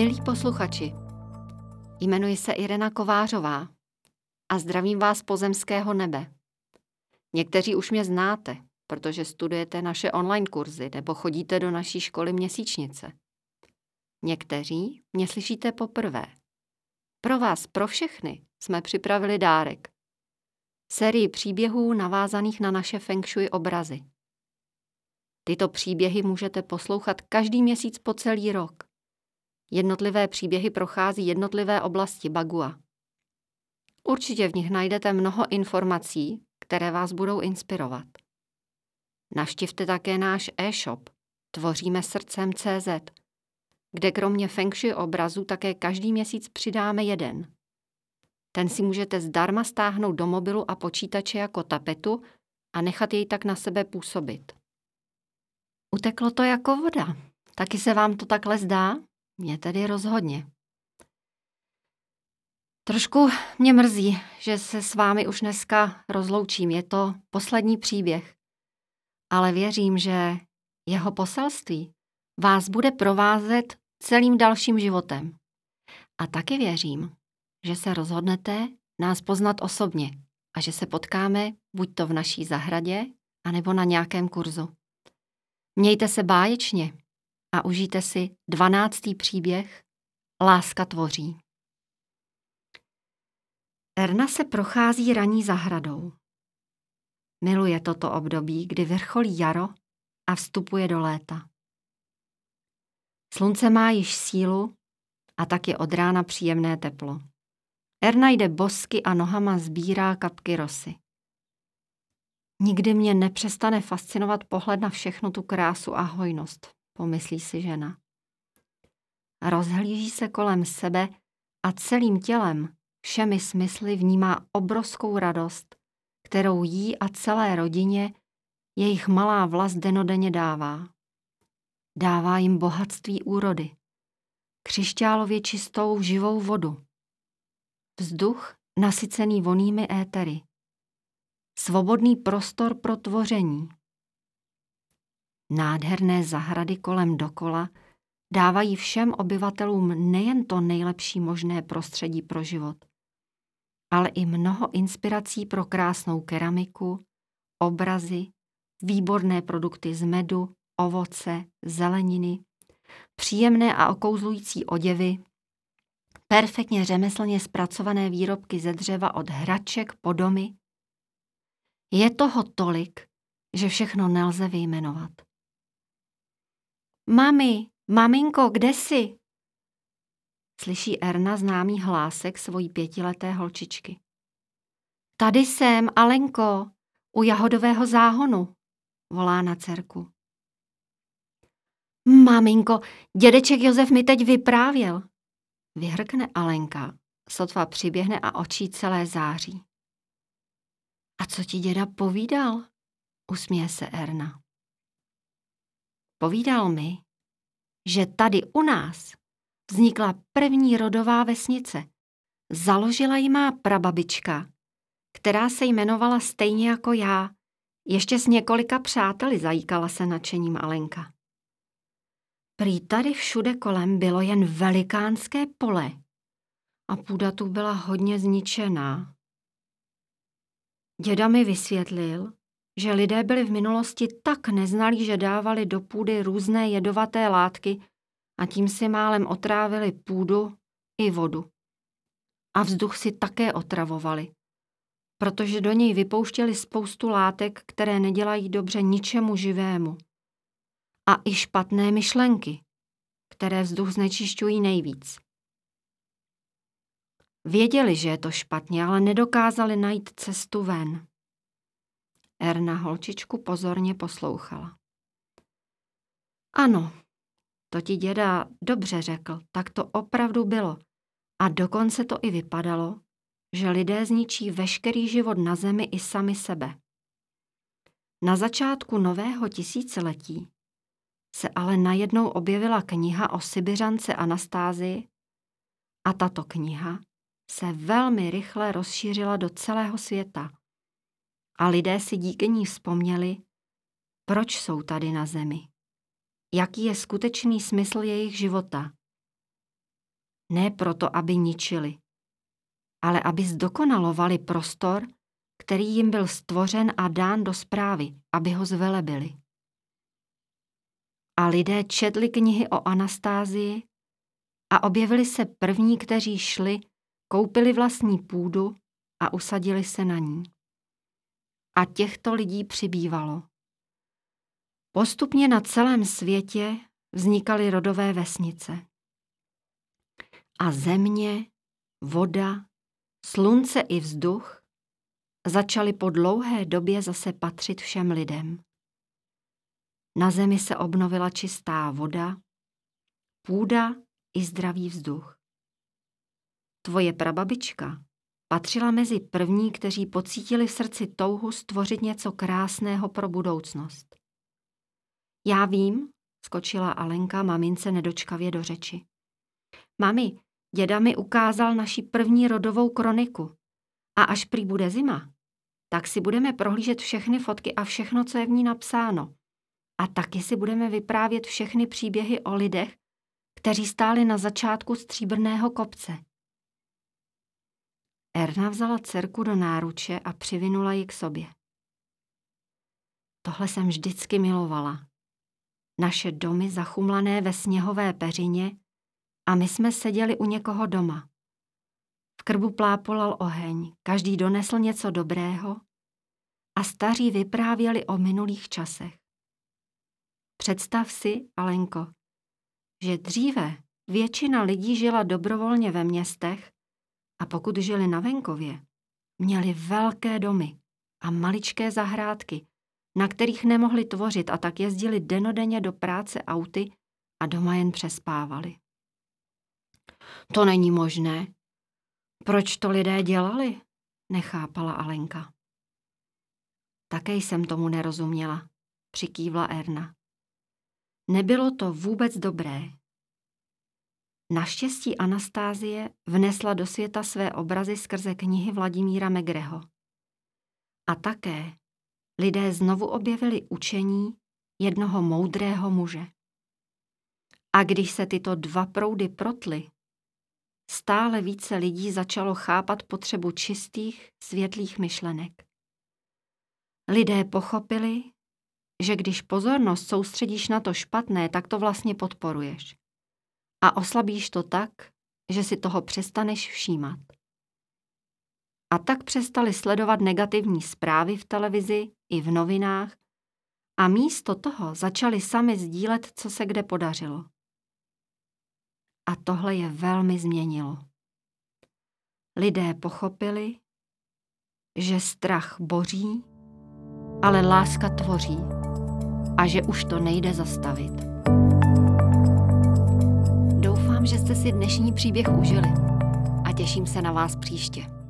Milí posluchači, jmenuji se Irena Kovářová a zdravím vás z pozemského nebe. Někteří už mě znáte, protože studujete naše online kurzy nebo chodíte do naší školy Měsíčnice. Někteří mě slyšíte poprvé. Pro vás, pro všechny, jsme připravili dárek. Sérii příběhů navázaných na naše feng shui obrazy. Tyto příběhy můžete poslouchat každý měsíc po celý rok. Jednotlivé příběhy prochází jednotlivé oblasti Bagua. Určitě v nich najdete mnoho informací, které vás budou inspirovat. Navštivte také náš e-shop Tvoříme srdcem.cz, kde kromě feng shui obrazů také každý měsíc přidáme jeden. Ten si můžete zdarma stáhnout do mobilu a počítače jako tapetu a nechat jej tak na sebe působit. Uteklo to jako voda. Taky se vám to takhle zdá? Mně tedy rozhodně. Trošku mě mrzí, že se s vámi už dneska rozloučím. Je to poslední příběh. Ale věřím, že jeho poselství vás bude provázet celým dalším životem. A taky věřím, že se rozhodnete nás poznat osobně a že se potkáme buď to v naší zahradě, anebo na nějakém kurzu. Mějte se báječně a užijte si 12. příběh Láska tvoří. Erna se prochází ranní zahradou. Miluje toto období, kdy vrcholí jaro a vstupuje do léta. Slunce má již sílu a tak je od rána příjemné teplo. Erna jde bosky a nohama sbírá kapky rosy. Nikdy mě nepřestane fascinovat pohled na všechnu tu krásu a hojnost, pomyslí si žena. Rozhlíží se kolem sebe a celým tělem, všemi smysly vnímá obrovskou radost, kterou jí a celé rodině jejich malá vlast dennodenně dává. Dává jim bohatství úrody, křišťálově čistou živou vodu, vzduch nasycený vonnými étery, svobodný prostor pro tvoření. Nádherné zahrady kolem dokola dávají všem obyvatelům nejen to nejlepší možné prostředí pro život, ale i mnoho inspirací pro krásnou keramiku, obrazy, výborné produkty z medu, ovoce, zeleniny, příjemné a okouzlující oděvy, perfektně řemeslně zpracované výrobky ze dřeva od hraček po domy. Je toho tolik, že všechno nelze vyjmenovat. Mami, maminko, kde jsi? Slyší Erna známý hlásek svojí 5leté holčičky. Tady jsem, Alenko, u jahodového záhonu, volá na dcerku. Maminko, dědeček Josef mi teď vyprávěl, vyhrkne Alenka, sotva přiběhne a očí celé září. A co ti děda povídal? Usměje se Erna. Povídal mi, že tady u nás vznikla první rodová vesnice. Založila ji má prababička, která se jmenovala stejně jako já. Ještě s několika přáteli, zajíkala se nadšením Alenka. Prý tady všude kolem bylo jen velikánské pole a půda tu byla hodně zničená. Děda mi vysvětlil, že lidé byli v minulosti tak neznalí, že dávali do půdy různé jedovaté látky a tím si málem otrávili půdu i vodu. A vzduch si také otravovali, protože do něj vypouštěli spoustu látek, které nedělají dobře ničemu živému. A i špatné myšlenky, které vzduch znečišťují nejvíc. Věděli, že je to špatně, ale nedokázali najít cestu ven. Erna holčičku pozorně poslouchala. Ano, to ti děda dobře řekl, tak to opravdu bylo. A dokonce to i vypadalo, že lidé zničí veškerý život na zemi i sami sebe. Na začátku nového tisíciletí se ale najednou objevila kniha o Sibiřance Anastázii a tato kniha se velmi rychle rozšířila do celého světa a lidé si díky ní vzpomněli, proč jsou tady na zemi, jaký je skutečný smysl jejich života. Ne proto, aby ničili, ale aby zdokonalovali prostor, který jim byl stvořen a dán do správy, aby ho zvelebili. A lidé četli knihy o Anastázii a objevili se první, kteří šli, koupili vlastní půdu a usadili se na ní. A těchto lidí přibývalo. Postupně na celém světě vznikaly rodové vesnice. A země, voda, slunce i vzduch začaly po dlouhé době zase patřit všem lidem. Na zemi se obnovila čistá voda, půda i zdravý vzduch. Tvoje prababička patřila mezi první, kteří pocítili v srdci touhu stvořit něco krásného pro budoucnost. Já vím, skočila Alenka mamince nedočkavě do řeči. Mami, děda mi ukázal naši první rodovou kroniku a až prý bude zima, tak si budeme prohlížet všechny fotky a všechno, co je v ní napsáno. A taky si budeme vyprávět všechny příběhy o lidech, kteří stáli na začátku stříbrného kopce. Erna vzala dcerku do náruče a přivinula ji k sobě. Tohle jsem vždycky milovala. Naše domy zachumlané ve sněhové peřině a my jsme seděli u někoho doma. V krbu plápolal oheň, každý donesl něco dobrého a staří vyprávěli o minulých časech. Představ si, Alenko, že dříve většina lidí žila dobrovolně ve městech a pokud žili na venkově, měli velké domy a maličké zahrádky, na kterých nemohli tvořit a tak jezdili dennodenně do práce auty a doma jen přespávali. To není možné. Proč to lidé dělali? Nechápala Alenka. Také jsem tomu nerozuměla, přikývla Erna. Nebylo to vůbec dobré. Naštěstí Anastázie vnesla do světa své obrazy skrze knihy Vladimíra Megreho. A také lidé znovu objevili učení jednoho moudrého muže. A když se tyto dva proudy protly, stále více lidí začalo chápat potřebu čistých, světlých myšlenek. Lidé pochopili, že když pozornost soustředíš na to špatné, tak to vlastně podporuješ. A oslabíš to tak, že si toho přestaneš všímat. A tak přestali sledovat negativní zprávy v televizi i v novinách a místo toho začali sami sdílet, co se kde podařilo. A tohle je velmi změnilo. Lidé pochopili, že strach boří, ale láska tvoří a že už to nejde zastavit. Doufám, že jste si dnešní příběh užili a těším se na vás příště.